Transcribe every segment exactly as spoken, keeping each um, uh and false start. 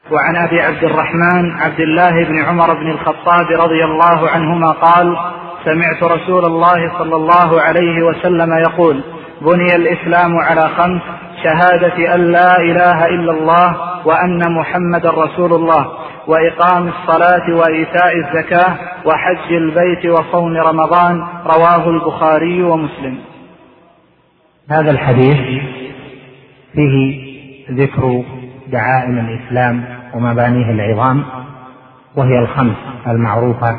وعن أبي عبد الرحمن عبد الله بن عمر بن الخطاب رضي الله عنهما قال: سمعت رسول الله صلى الله عليه وسلم يقول: بني الإسلام على خمس: شهادة أن لا إله إلا الله وأن محمد رسول الله، وإقام الصلاة وإيتاء الزكاة وحج البيت وصوم رمضان. رواه البخاري ومسلم. هذا الحديث فيه ذكر دعائم الإسلام ومبانيه العظام، وهي الخمس المعروفة: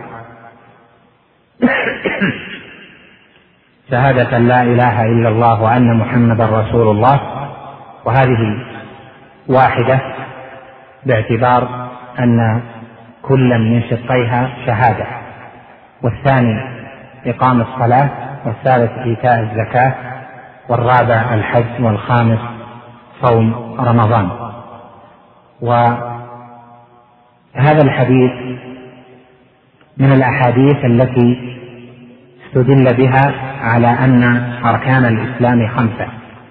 شهادة لا إله إلا الله وأن محمد رسول الله، وهذه واحدة باعتبار أن كل من شقيها شهادة، والثاني إقام الصلاة، والثالث إيتاء الزكاة، والرابع الحج، والخامس صوم رمضان. وهذا الحديث من الأحاديث التي استدل بها على أن أركان الإسلام خمسة،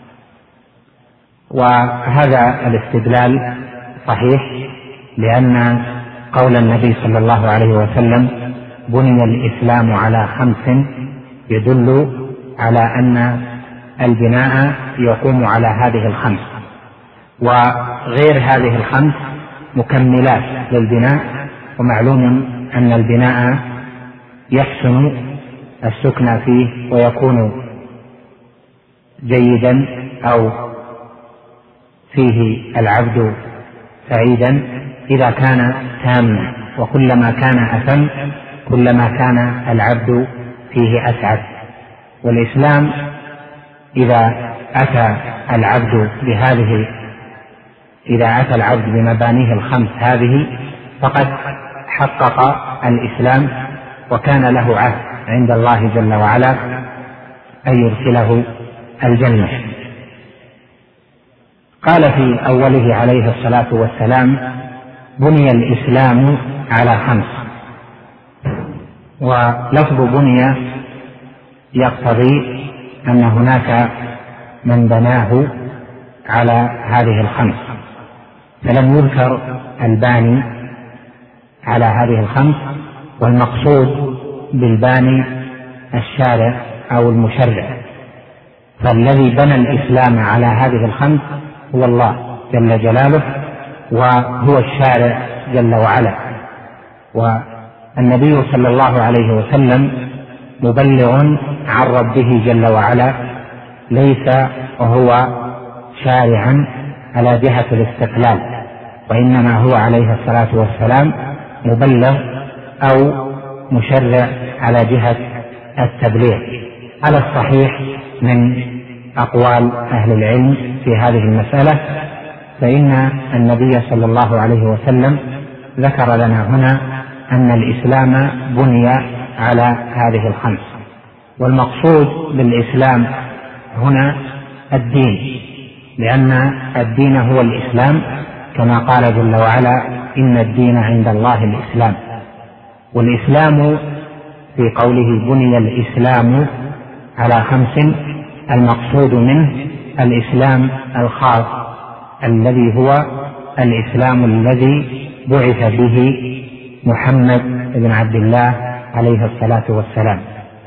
وهذا الاستدلال صحيح، لأن قول النبي صلى الله عليه وسلم: بني الإسلام على خمس، يدل على أن البناء يقوم على هذه الخمس، وغير هذه الخمس مكملات للبناء. ومعلوم أن البناء يحسن السكن فيه ويكون جيدا أو فيه العبد سعيدا إذا كان تاما، وكلما كان أتم كلما كان العبد فيه أسعد. والإسلام إذا أتى العبد بهذه إذا أتى العبد بمبانيه الخمس هذه فقد حقق الإسلام، وكان له عهد عند الله جل وعلا أن يرسله الجنة. قال في أوله عليه الصلاة والسلام: بني الإسلام على خمس. ولفظ بني يقتضي أن هناك من بناه على هذه الخمس، فلم يذكر الباني على هذه الخمس، والمقصود بالباني الشارع أو المشرع. فالذي بنى الإسلام على هذه الخمس هو الله جل جلاله، وهو الشارع جل وعلا. والنبي صلى الله عليه وسلم مبلغ عن ربه جل وعلا، ليس هو شارعا على جهة الاستقلال، وإنما هو عليه الصلاة والسلام مبلغ أو مشرع على جهة التبليغ على الصحيح من أقوال أهل العلم في هذه المسألة. فإن النبي صلى الله عليه وسلم ذكر لنا هنا أن الإسلام بني على هذه الخمس، والمقصود بالإسلام هنا الدين، لأن الدين هو الإسلام، كما قال جل وعلا: إن الدين عند الله الإسلام. والإسلام في قوله بني الإسلام على خمس المقصود منه الإسلام الخاص الذي هو الإسلام الذي بعث به محمد بن عبد الله عليه الصلاة والسلام.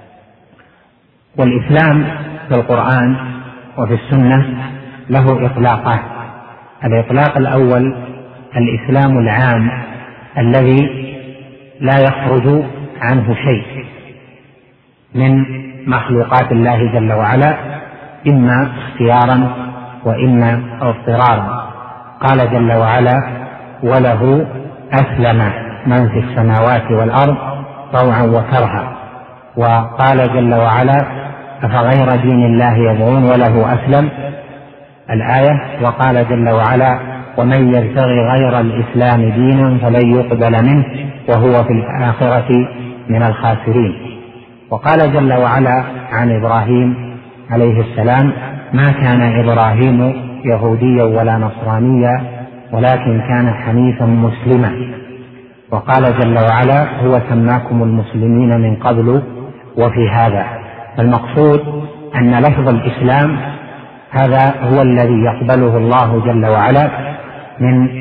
والإسلام في القرآن وفي السنة له إطلاقات. الإطلاق الأول الإسلام العام الذي لا يخرج عنه شيء من مخلوقات الله جل وعلا، إما اختيارا وإما اضطرارا. قال جل وعلا: وله أسلم من في السماوات والأرض طوعا وكرها. وقال جل وعلا: أفغير دين الله يبغون وله أسلم، الآية. وقال جل وعلا: ومن يبتغي غير الإسلام دينا فلن يقبل منه وهو في الآخرة من الخاسرين. وقال جل وعلا عن إبراهيم عليه السلام: ما كان إبراهيم يهوديا ولا نصرانيا ولكن كان حنيفا مسلما. وقال جل وعلا: هو سماكم المسلمين من قبل وفي هذا. فالمقصود أن لفظ الإسلام هذا هو الذي يقبله الله جل وعلا من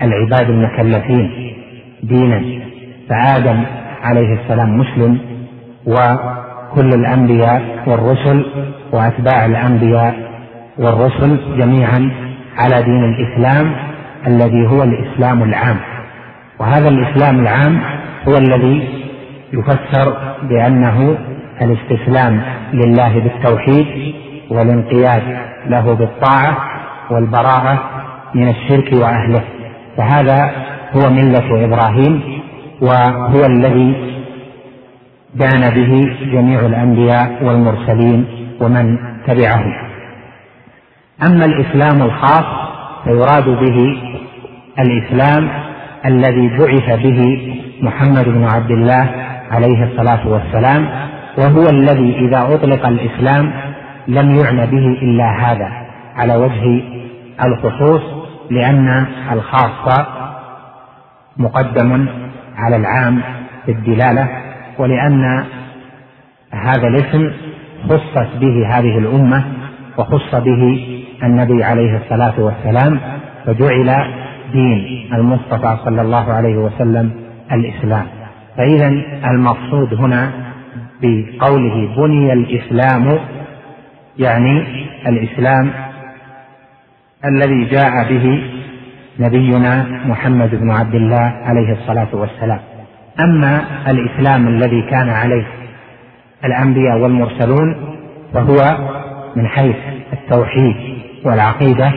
العباد المكلفين دينا، فآدم عليه السلام مسلم، وكل الأنبياء والرسل وأتباع الأنبياء والرسل جميعا على دين الإسلام الذي هو الإسلام العام. وهذا الإسلام العام هو الذي يفسر بأنه الاستسلام لله بالتوحيد والانقياد له بالطاعة والبراءة من الشرك وأهله، فهذا هو ملة إبراهيم، وهو الذي دان به جميع الأنبياء والمرسلين ومن تبعهم. أما الإسلام الخاص فيراد به الإسلام الذي بعث به محمد بن عبد الله عليه الصلاة والسلام، وهو الذي إذا أطلق الإسلام لم يعنى به إلا هذا على وجه الخصوص، لأن الخاص مقدم على العام في الدلالة، ولأن هذا الاسم خصت به هذه الأمة وخص به النبي عليه الصلاة والسلام، فجعل دين المصطفى صلى الله عليه وسلم الإسلام. فإذا المقصود هنا بقوله بني الإسلام يعني الإسلام الذي جاء به نبينا محمد بن عبد الله عليه الصلاة والسلام. أما الإسلام الذي كان عليه الأنبياء والمرسلون فهو من حيث التوحيد والعقيدة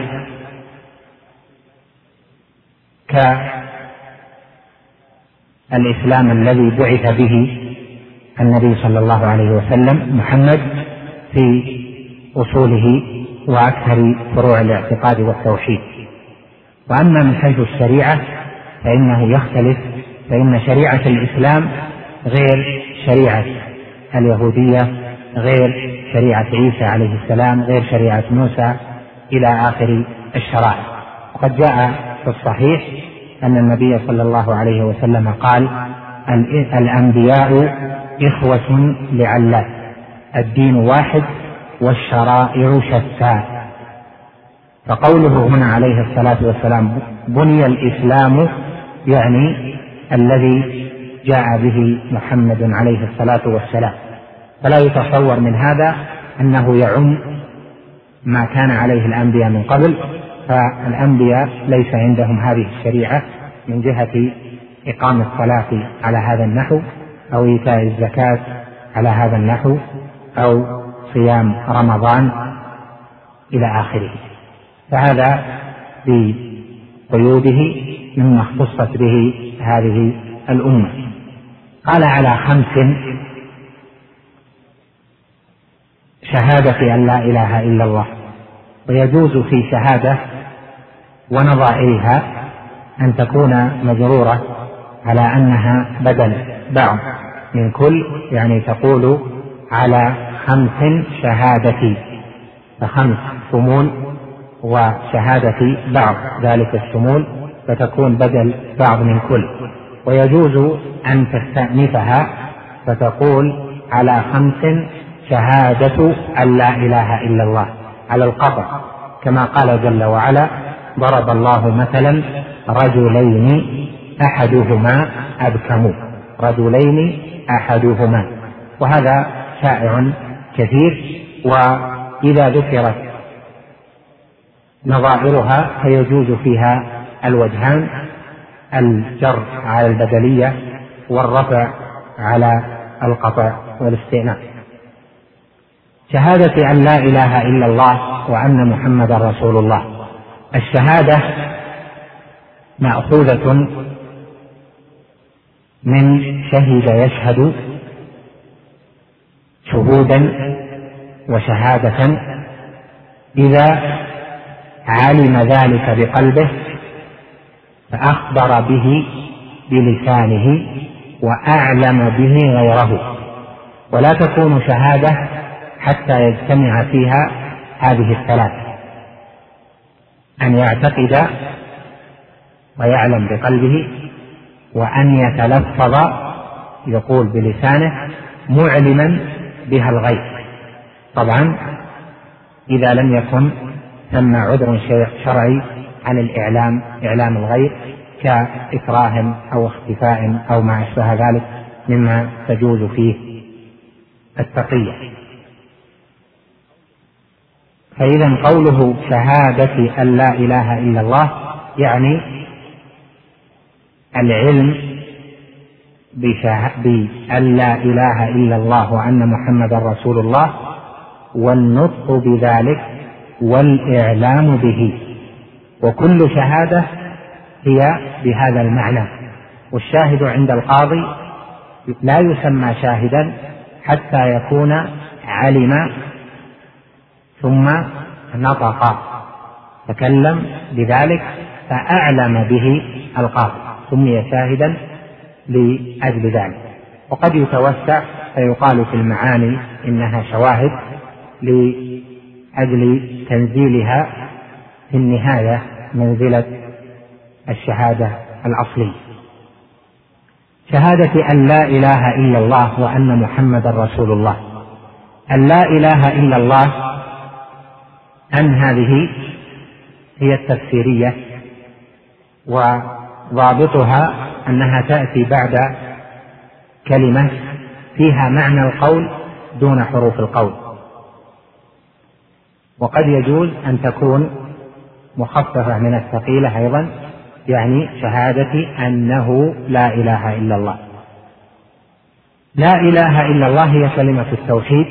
كالإسلام الذي بعث به النبي صلى الله عليه وسلم محمد في أصوله وأكثر فروع الاعتقاد والتوحيد. وأما من حيث الشريعة فإنه يختلف، فإن شريعة الإسلام غير شريعة اليهودية، غير شريعة عيسى عليه السلام، غير شريعة موسى إلى آخر الشرائع. وقد جاء في الصحيح أن النبي صلى الله عليه وسلم قال: الأنبياء إخوة لعلات، الدين واحد والشرائع شتى. فقوله هنا عليه الصلاة والسلام بني الإسلام يعني الذي جاء به محمد عليه الصلاة والسلام، فلا يتصور من هذا أنه يعم ما كان عليه الأنبياء من قبل، فالأنبياء ليس عندهم هذه الشريعة من جهة إقام الصلاة على هذا النحو، أو إيتاء الزكاة على هذا النحو، أو صيام رمضان إلى آخره، فهذا بقيوده مما اختصت به هذه الأمة. قال على خمس: شهادة أن لا إله إلا الله. ويجوز في شهادة ونظائرها أن تكون مجرورة على أنها بدل بعض من كل، يعني تقول على خمس شهادتي، فخمس شمول وشهادة بعض ذلك الشمول، فتكون بدل بعض من كل. ويجوز أن تستأنفها فتقول على خمس شهادة أن لا إله إلا الله على القطع، كما قال جل وعلا: ضرب الله مثلا رجلين أحدهما أبكم، رجلين أحدهما، وهذا شائع كثير. وإذا ذكرت نظائرها فيجوز فيها الوجهان: الجر على البدلية والرفع على القطع والاستئناف. شهادة أن لا إله إلا الله وأن محمد رسول الله. الشهادة مأخوذة من شهد يشهد شهودا وشهادة، إذا علم ذلك بقلبه فأخبر به بلسانه وأعلم به غيره. ولا تكون شهادة حتى يجتمع فيها هذه الثلاث: أن يعتقد ويعلم بقلبه، وأن يتلفظ يقول بلسانه معلما بها الغير. طبعا إذا لم يكن ثم عذر شرعي عن الإعلام إعلام الغير، كإكراه أو اختفاء أو ما أشبه ذلك مما تجوز فيه التقية. فإذا قوله شهادة أن لا إله إلا الله يعني العلم بأن لا إله إلا الله وأن محمدا رسول الله، والنطق بذلك والإعلام به، وكل شهادة هي بهذا المعنى. والشاهد عند القاضي لا يسمى شاهدا حتى يكون علم ثم نطق تكلم بذلك فأعلم به القاضي سمي شاهدا لأجل ذلك. وقد يتوسع فيقال في المعاني إنها شواهد لأجل تنزيلها في النهاية منزلة الشهادة الأصلية. شهادة أن لا إله إلا الله وأن محمدا رسول الله. أن لا إله إلا الله أن هذه هي التفسيرية، وضابطها أنها تأتي بعد كلمة فيها معنى القول دون حروف القول، وقد يجوز أن تكون مخففة من الثقيلة أيضا، يعني شهادة أنه لا إله إلا الله. لا إله إلا الله هي كلمة التوحيد،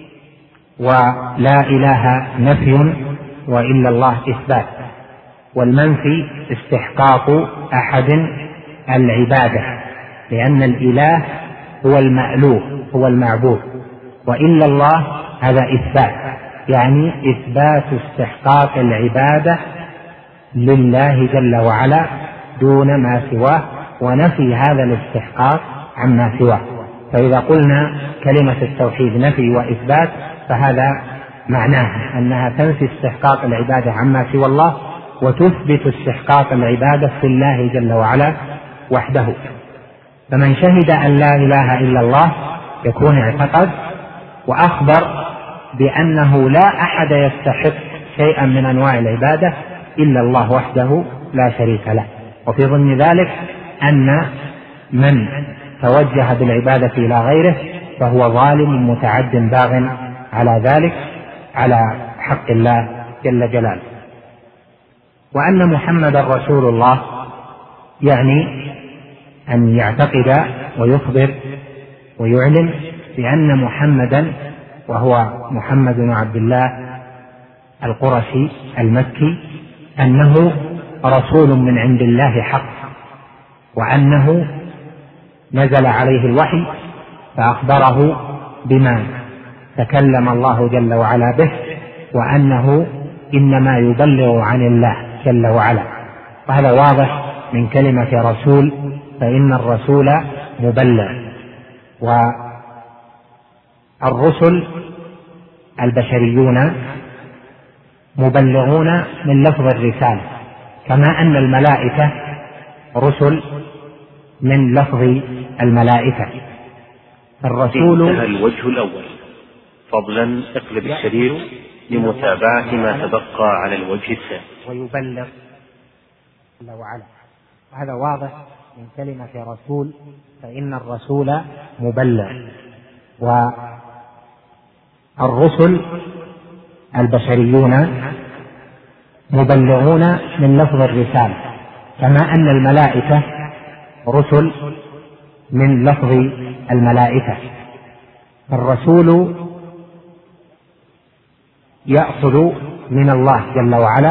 ولا إله نفي وإلا الله إثبات، والمنفي استحقاق أحد العبادة، لأن الإله هو المألوه هو المعبود، وإلا الله هذا إثبات، يعني إثبات استحقاق العبادة لله جل وعلا دون ما سواه، ونفي هذا الاستحقاق عما سواه. فإذا قلنا كلمة التوحيد نفي وإثبات فهذا معناها أنها تنفي استحقاق العبادة عما سوى الله، وتثبت استحقاق العبادة في الله جل وعلا وحده. فمن شهد أن لا إله إلا الله يكون اعتقد وأخبر بأنه لا أحد يستحق شيئا من أنواع العبادة إلا الله وحده لا شريك له. وفي ضمن ذلك أن من توجه بالعبادة إلى غيره فهو ظالم متعد باغ على ذلك على حق الله جل جلاله. وأن محمدا رسول الله يعني أن يعتقد ويخبر ويعلن بأن محمدا، وهو محمد بن عبد الله القرشي المكي، أنه رسول من عند الله حق، وأنه نزل عليه الوحي فأخبره بما تكلم الله جل وعلا به، وأنه إنما يبلغ عن الله جل وعلا. وهذا واضح من كلمة رسول، فإن الرسول مبلغ. والرسل البشريون مبلغون من لفظ الرسالة، كما أن الملائكة رسل من لفظ الملائكة. الرسول انتهى الوجه الأول. فضلا اقلب الشريط لمتابعة ما تبقى على الوجه الثاني. ويبلغ جل وعلا، وهذا واضح من كلمة رسول، فإن الرسول مبلغ. والرسل البشريون مبلغون من لفظ الرسالة، كما أن الملائكة رسل من لفظ الملائكة. الرسول يأخذ من الله جل وعلا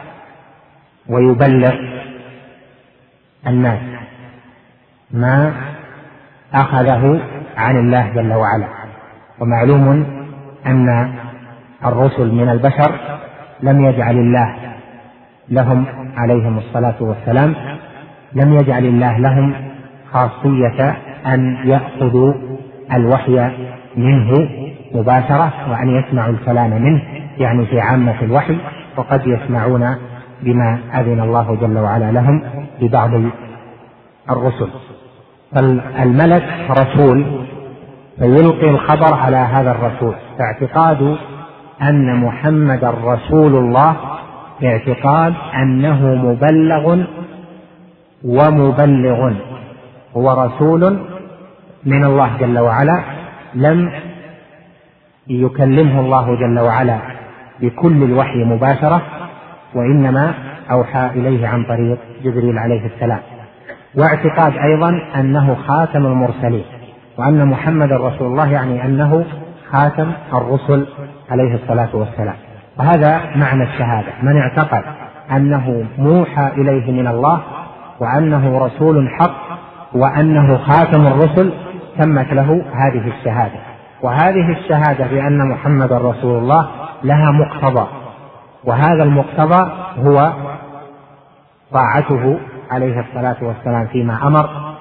ويبلغ الناس ما أخذه عن الله جل وعلا. ومعلوم أن الرسل من البشر لم يجعل الله لهم عليهم الصلاة والسلام لم يجعل الله لهم خاصية أن يأخذوا الوحي منه مباشرة وأن يسمعوا الكلام منه، يعني في عامة الوحي، وقد يسمعون بما أذن الله جل وعلا لهم ببعض الرسل. فالملك رسول فيلقي الخبر على هذا الرسول، فاعتقاد أن محمد رسول الله اعتقاد أنه مبلغ ومبلغ، هو رسول من الله جل وعلا، لم يكلمه الله جل وعلا بكل الوحي مباشرة، وإنما أوحى إليه عن طريق جبريل عليه السلام. واعتقاد أيضا أنه خاتم المرسلين، وأن محمد رسول الله يعني أنه خاتم الرسل عليه الصلاة والسلام. وهذا معنى الشهادة، من اعتقد أنه موحى إليه من الله وأنه رسول حق وأنه خاتم الرسل تمت له هذه الشهادة. وهذه الشهادة بأن محمد رسول الله لها مقتضى، وهذا المقتضى هو طاعته عليه الصلاة والسلام فيما أمر،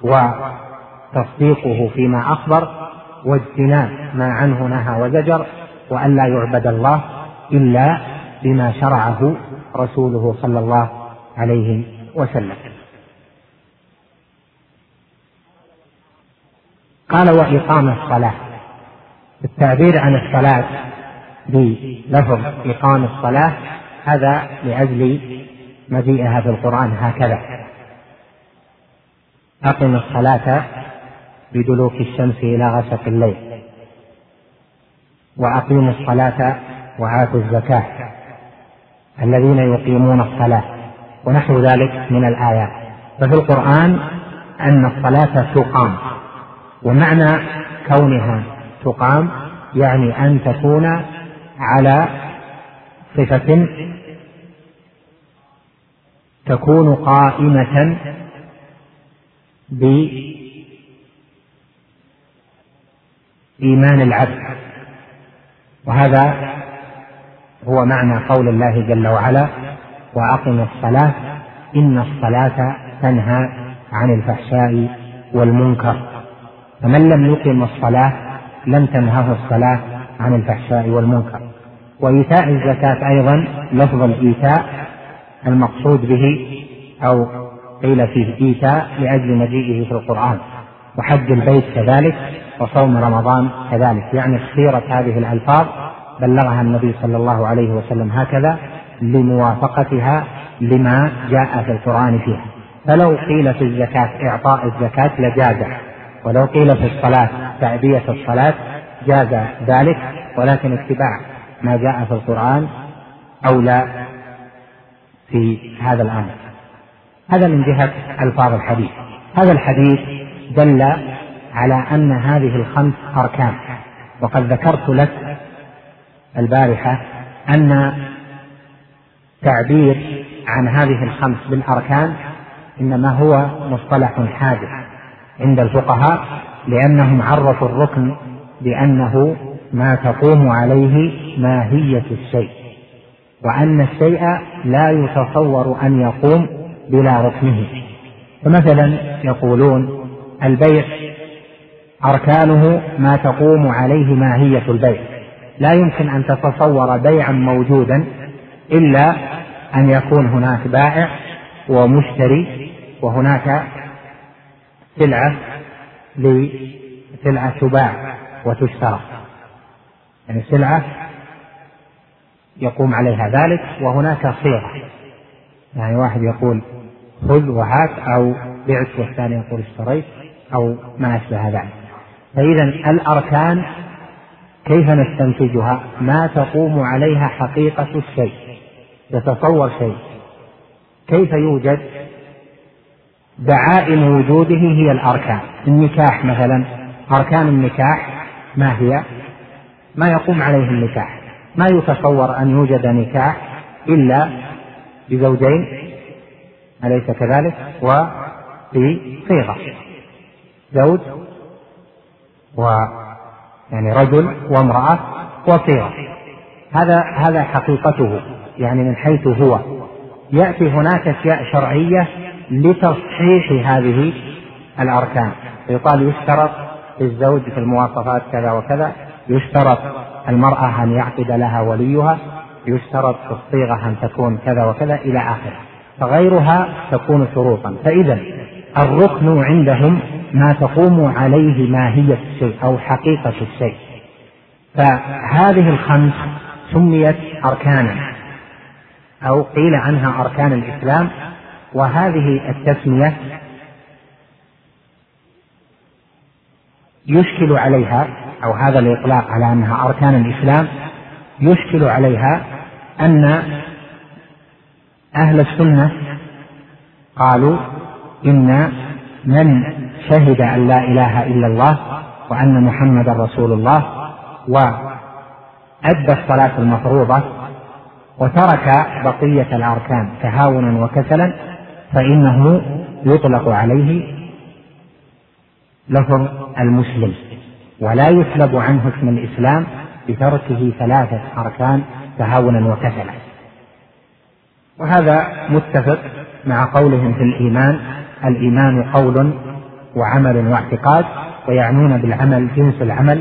وتصديقه فيما أخبر، واجتناب ما عنه نهى وزجر، وأن لا يعبد الله إلا بما شرعه رسوله صلى الله عليه وسلم. قال وإقام الصلاة. التعبير عن الصلاة بلفظ إقام الصلاة هذا لأجل مجيئها في القرآن هكذا: أقم الصلاة بدلوك الشمس إلى غسق الليل، وأقيموا الصلاة وآتوا الزكاة الذين يقيمون الصلاة، ونحو ذلك من الآيات. ففي القرآن أن الصلاة تقام، ومعنى كونها تقام يعني أن تكون على صفة تكون قائمة بإيمان العبد. وهذا هو معنى قول الله جل وعلا: وأقم الصلاة إن الصلاة تنهى عن الفحشاء والمنكر. فمن لم يقم الصلاة لم تنهه الصلاة عن الفحشاء والمنكر. وإيتاء الزكاة أيضا لفظ الإيتاء المقصود به أو قيل فيه إيتاء لأجل مجيئه في القرآن، وحج البيت كذلك، وصوم رمضان كذلك، يعني اختيرت هذه الألفاظ بلغها النبي صلى الله عليه وسلم هكذا لموافقتها لما جاء في القرآن فيها. فلو قيل في الزكاة إعطاء الزكاة لجاز، ولو قيل في الصلاة تأدية الصلاة جاز ذلك، ولكن اتباع ما جاء في القرآن أولى في هذا الأمر. هذا من جهة ألفاظ الحديث. هذا الحديث دل على أن هذه الخمس أركان، وقد ذكرت لك البارحة أن تعبير عن هذه الخمس بالأركان إنما هو مصطلح حادث عند الفقهاء، لأنهم عرفوا الركن بأنه ما تقوم عليه ماهية الشيء، وأن الشيء لا يتصور أن يقوم بلا ركنه. فمثلا يقولون البيع أركانه ما تقوم عليه ماهية البيع، لا يمكن أن تتصور بيعا موجودا إلا أن يكون هناك بائع ومشتري، وهناك سلعة لسلعة تباع وتشترى، يعني سلعة يقوم عليها ذلك، وهناك صيغة، يعني واحد يقول خذ وهات أو بعت، والثاني يقول اشتريت أو ما أشبه ذلك. فإذا الأركان كيف نستنتجها؟ ما تقوم عليها حقيقة الشيء، يتصور شيء كيف يوجد، دعائم وجوده هي الأركان. النكاح مثلا، أركان النكاح ما هي؟ ما يقوم عليه النكاح، ما يتصور أن يوجد نكاح إلا بزوجين، أليس كذلك؟ وبصيغة زوج و يعني رجل وامرأة وصيغة، هذا هذا حقيقته، يعني من حيث هو. يأتي هناك أشياء شرعية لتصحيح هذه الأركان، يقال يشترط للزوج في المواصفات كذا وكذا، يشترط المرأة أن يعقد لها وليها، يشترط في الصيغة أن تكون كذا وكذا إلى آخره، فغيرها تكون شروطا. فإذا الركن عندهم ما تقوم عليه ماهية الشيء أو حقيقة الشيء. فهذه الخمس سميت أركانا، أو قيل عنها أركان الإسلام وهذه التسمية يشكل عليها، أو هذا الإطلاق على أنها أركان الإسلام يشكل عليها أن أهل السنة قالوا إن من شهد أن لا إله إلا الله وأن محمد رسول الله وأدى الصلاة المفروضة وترك بقية الأركان تهاونا وكسلا فإنه يطلق عليه لفظ المسلم، ولا يسلب عنه اسم الإسلام بتركه ثلاثة أركان تهاونا وكسلا. وهذا متفق مع قولهم في الإيمان: الإيمان قول وعمل واعتقاد، ويعنون بالعمل جنس العمل،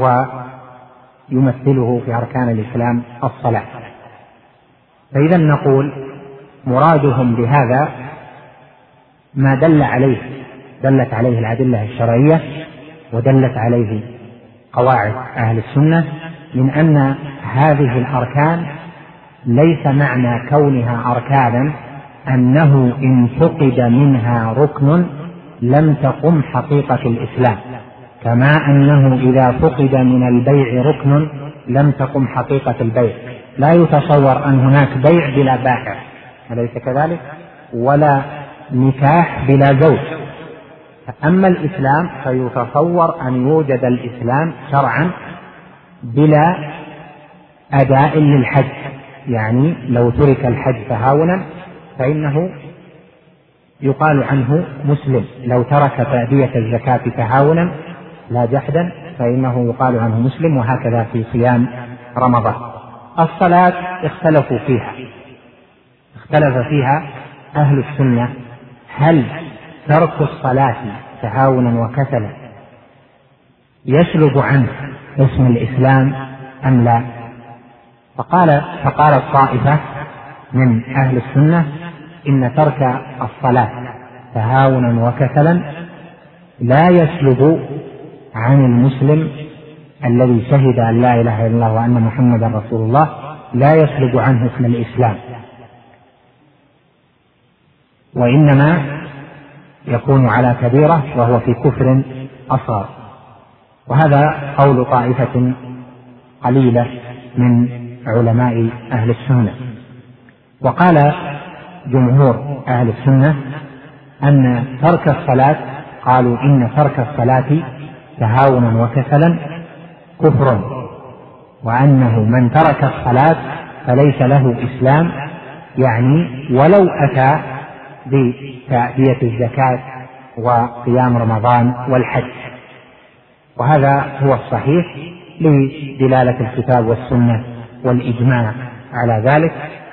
ويمثله في أركان الإسلام الصلاة. فإذا نقول مرادهم بهذا ما دل عليه دلت عليه الأدلة الشرعية ودلت عليه قواعد أهل السنة من أن هذه الأركان ليس معنى كونها أركانا أنه إن فقد منها ركن لم تقم حقيقة الإسلام، كما أنه إذا فقد من البيع ركن لم تقم حقيقة البيع. لا يتصور أن هناك بيع بلا بائع، أليس كذلك؟ ولا نكاح بلا زوج. أما الإسلام فيتصور أن يوجد الإسلام شرعا بلا أداء للحج، يعني لو ترك الحج تهاونا فإنه يقال عنه مسلم، لو ترك تأدية الزكاة تهاونا لا جحدا فإنه يقال عنه مسلم، وهكذا في صيام رمضان. الصلاة اختلفوا فيها اختلف فيها أهل السنة: هل ترك الصلاة تهاونا وكسلا يسلب عنه اسم الإسلام أم لا؟ فقال فقالت طائفة من أهل السنة: إن ترك الصلاة تهاونا وكسلا لا يسلب عن المسلم الذي شهد أن لا إله إلا الله وأن محمدا رسول الله، لا يسلب عنه اسم الإسلام، وإنما يكون على كبيرة وهو في كفر أصغر. وهذا قول طائفة قليلة من علماء أهل السنة. وقال جمهور أهل السنة أن ترك الصلاة، قالوا إن ترك الصلاة تهاونا وكسلا كفر، وأنه من ترك الصلاة فليس له إسلام، يعني ولو أتى بتأدية الزكاة وقيام رمضان والحج. وهذا هو الصحيح لدلالة الكتاب والسنة والإجماع على ذلك،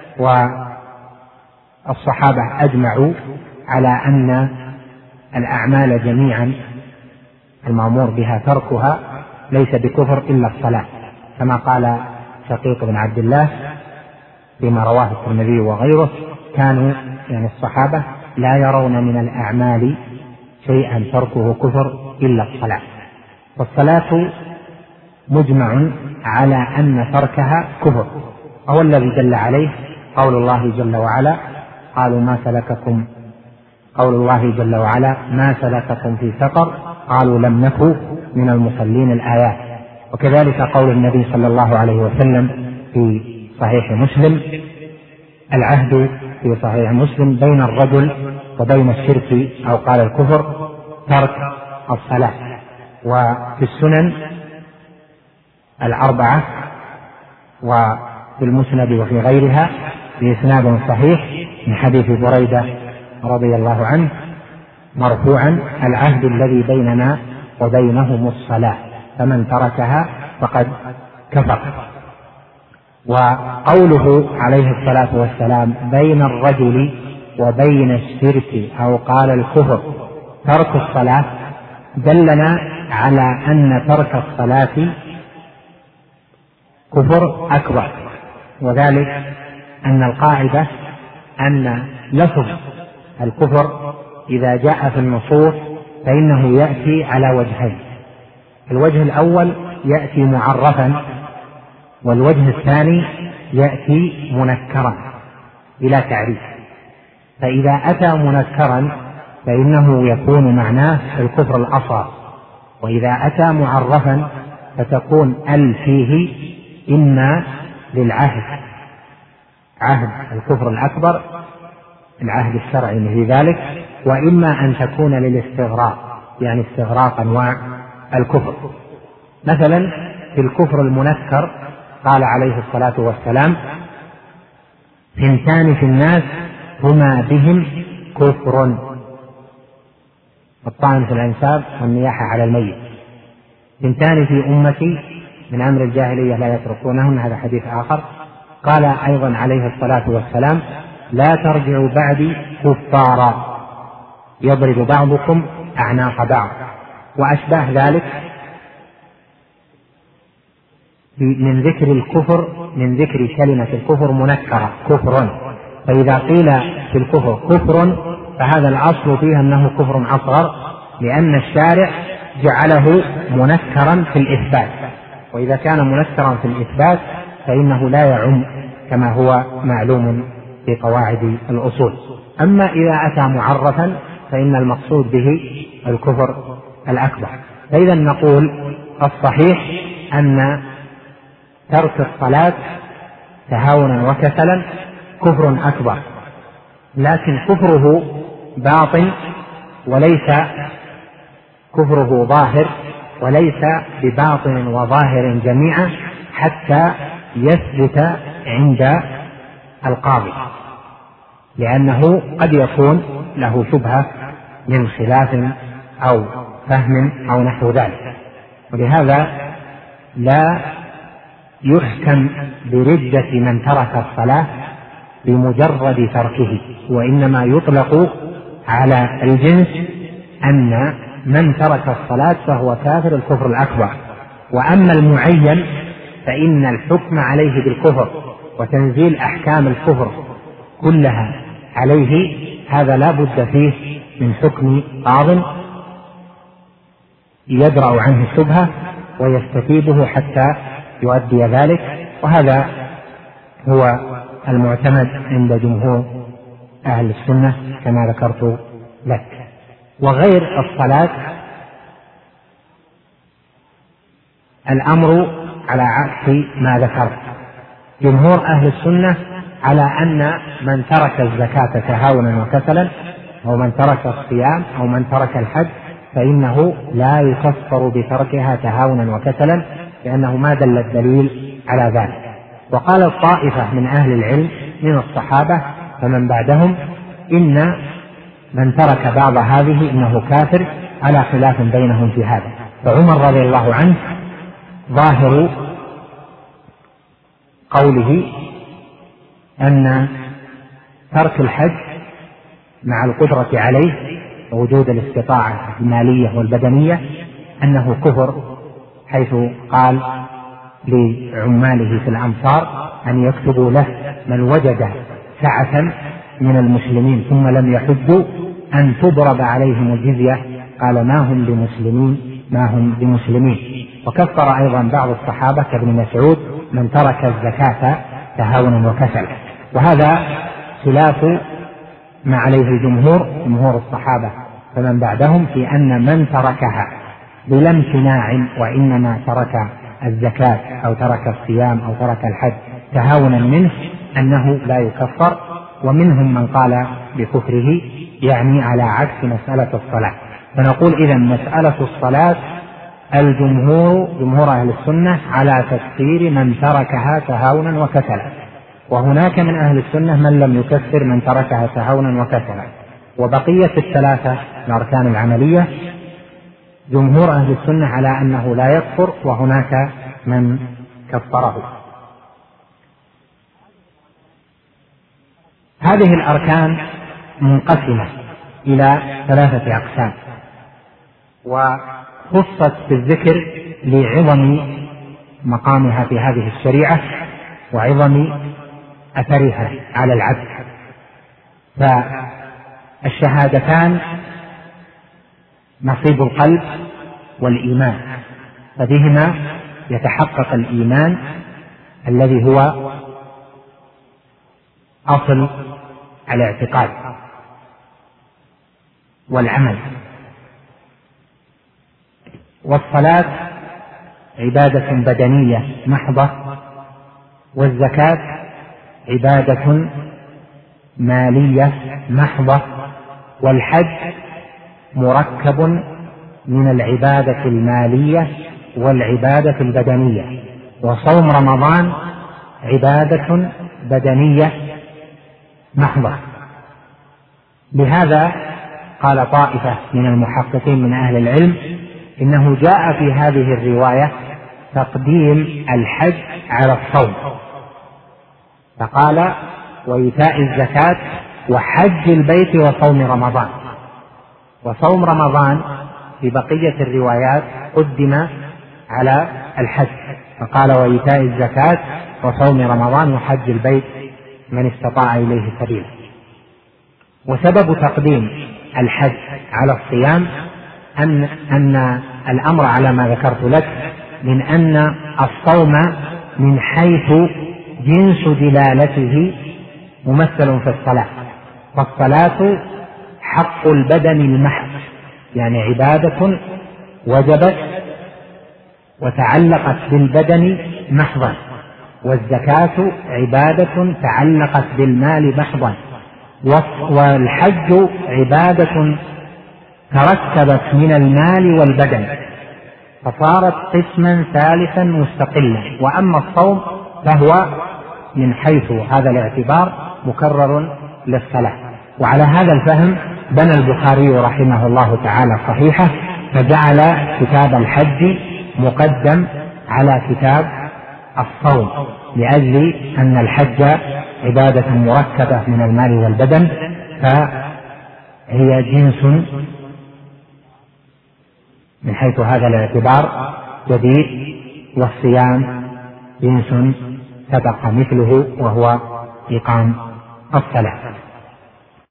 والصحابة أجمعوا على أن الأعمال جميعا المأمور بها تركها ليس بكفر إلا الصلاة، كما قال شقيق بن عبد الله فيما رواه الترمذي وغيره: كانوا يعني الصحابة لا يرون من الأعمال شيئا تركه كفر إلا الصلاة. والصلاة مجمع على أن تركها كفر، أو الذي دل عليه قول الله جل وعلا: قالوا ما سلككم قول الله جل وعلا: ما سلككم في سقر؟ قالوا لم نكن من المصلين، الآيات. وكذلك قول النبي صلى الله عليه وسلم في صحيح مسلم: العهد في صحيح مسلم بين الرجل وبين الشرك أو قال الكفر ترك الصلاة. وفي السنن الأربعة وفي المسند وفي غيرها بإسناد صحيح من حديث بريدة رضي الله عنه مرفوعا: العهد الذي بيننا وبينهم الصلاة، فمن تركها فقد كفر. وقوله عليه الصلاة والسلام: بين الرجل وبين الشرك أو قال الكفر ترك الصلاة، دلنا على أن ترك الصلاة كفر أكبر، وذلك أن القاعدة أن لفظ الكفر إذا جاء في النصوص فإنه يأتي على وجهين: الوجه الأول يأتي معرفا، والوجه الثاني يأتي منكرا بلا تعريف. فإذا أتى منكرا فإنه يكون معناه الكفر الأصغر، وإذا أتى معرفا فتكون ال فيه إما للعهد، عهد الكفر الأكبر، العهد الشرعي في ذلك، وإما أن تكون للاستغراق، يعني استغراق أنواع الكفر. مثلا في الكفر المنكر قال عليه الصلاة والسلام: ثنتان في الناس هما بهم كفر، الطعن في الأنساب والنياحة على الميت. ثنتان في أمتي من أمر الجاهلية لا يتركونهن، هذا حديث آخر. قال أيضا عليه الصلاة والسلام: لا ترجعوا بعدي كفارا يضرب بعضكم أعناق بعض، وأشباه ذلك من ذكر الكفر، من ذكر كلمة الكفر منكرة كفر. فإذا قيل في الكفر كفر فهذا الأصل فيه أنه كفر أصغر، لأن الشارع جعله منكرا في الإثبات، وإذا كان منكرا في الإثبات فإنه لا يعم كما هو معلوم في قواعد الأصول. أما إذا أتى معرفا فإن المقصود به الكفر الأكبر. فإذا نقول الصحيح أن ترك الصلاة تهاونا وكسلا كفر أكبر، لكن كفره باطن وليس كفره ظاهر، وليس بباطن وظاهر جميعا حتى يثبت عند القاضي، لأنه قد يكون له شبهة من خلاف أو فهم أو نحو ذلك. ولهذا لا يحكم بردة من ترك الصلاة بمجرد تركه، وإنما يطلق على الجنس أن من ترك الصلاة فهو كافر الكفر الأكبر. وأما المعين فإن الحكم عليه بالكفر وتنزيل أحكام الكفر كلها عليه هذا لا بد فيه من حكم قاض يدرأ عنه الشبهة ويستتيبه حتى يؤدي ذلك، وهذا هو المعتمد عند جمهور أهل السنة كما ذكرت لك. وغير الصلاة الأمر على عكس ما ذكرت. جمهور أهل السنة على أن من ترك الزكاة تهاونا وكسلا، أو من ترك الصيام، أو من ترك الحج، فإنه لا يكفر بتركها تهاونا وكسلا، لأنه ما دل الدليل على ذلك. وقال الطائفة من أهل العلم من الصحابة فمن بعدهم إن من ترك بعض هذه إنه كافر، على خلاف بينهم في هذا. فعمر رضي الله عنه ظاهر قوله أن ترك الحج مع القدرة عليه ووجود الاستطاعة المالية والبدنية أنه كفر، حيث قال لعماله في الأمصار أن يكتبوا له من وجد سعة من المسلمين ثم لم يحجوا أن تضرب عليهم الجزية، قال ما هم بمسلمين ما هم بمسلمين. وكفر أيضا بعض الصحابة كابن مسعود من ترك الزكاة تهاونا وكسلا. وهذا خلاف ما عليه الجمهور، جمهور الصحابة فمن بعدهم، في أن من تركها بلا امتناع وإنما ترك الزكاة أو ترك الصيام أو ترك الحج تهاونا منه أنه لا يكفر. ومنهم من قال بكفره، يعني على عكس مسألة الصلاة. فنقول إذن مسألة الصلاة الجمهور جمهور أهل السنة على تكفير من تركها تهاونا وكسلا، وهناك من أهل السنة من لم يكفر من تركها تهاونا وكسلا. وبقية الثلاثة الأركان العملية جمهور أهل السنة على أنه لا يكفر، وهناك من كفره. هذه الأركان منقسمة إلى ثلاثة أقسام، وخصت بالذكر لعظم مقامها في هذه الشريعة وعظم أثرها على العبد. فالشهادتان نصيب القلب والإيمان، فبهما يتحقق الإيمان الذي هو أصل الاعتقاد، والعمل. والصلاة عبادة بدنية محضة، والزكاة عبادة مالية محضة، والحج مركب من العبادة المالية والعبادة البدنية، وصوم رمضان عبادة بدنية محضة. لهذا قال طائفة من المحققين من أهل العلم إنه جاء في هذه الرواية تقديم الحج على الصوم، فقال وإيتاء الزكاة وحج البيت وصوم رمضان. وصوم رمضان في بقية الروايات قدم على الحج، فقال وإيتاء الزكاة وصوم رمضان وحج البيت من استطاع إليه سبيلا. وسبب تقديم الحج على الصيام أن, أن الأمر على ما ذكرت لك من أن الصوم من حيث جنس دلالته ممثل في الصلاة، فالصلاة حق البدن المحض، يعني عبادة وجبت وتعلقت بالبدن محضا، والزكاة عبادة تعلقت بالمال محضا، والحج عبادة تركبت من المال والبدن فصارت قسما ثالثا مستقلا. وأما الصوم فهو من حيث هذا الاعتبار مكرر للصلاة. وعلى هذا الفهم بنى البخاري رحمه الله تعالى صحيحه، فجعل كتاب الحج مقدم على كتاب الصوم، لأجل أن الحج عبادة مركبة من المال والبدن، فهي جنس من حيث هذا الاعتبار جديد، والصيام جنس سبق مثله وهو إقام الصلاة.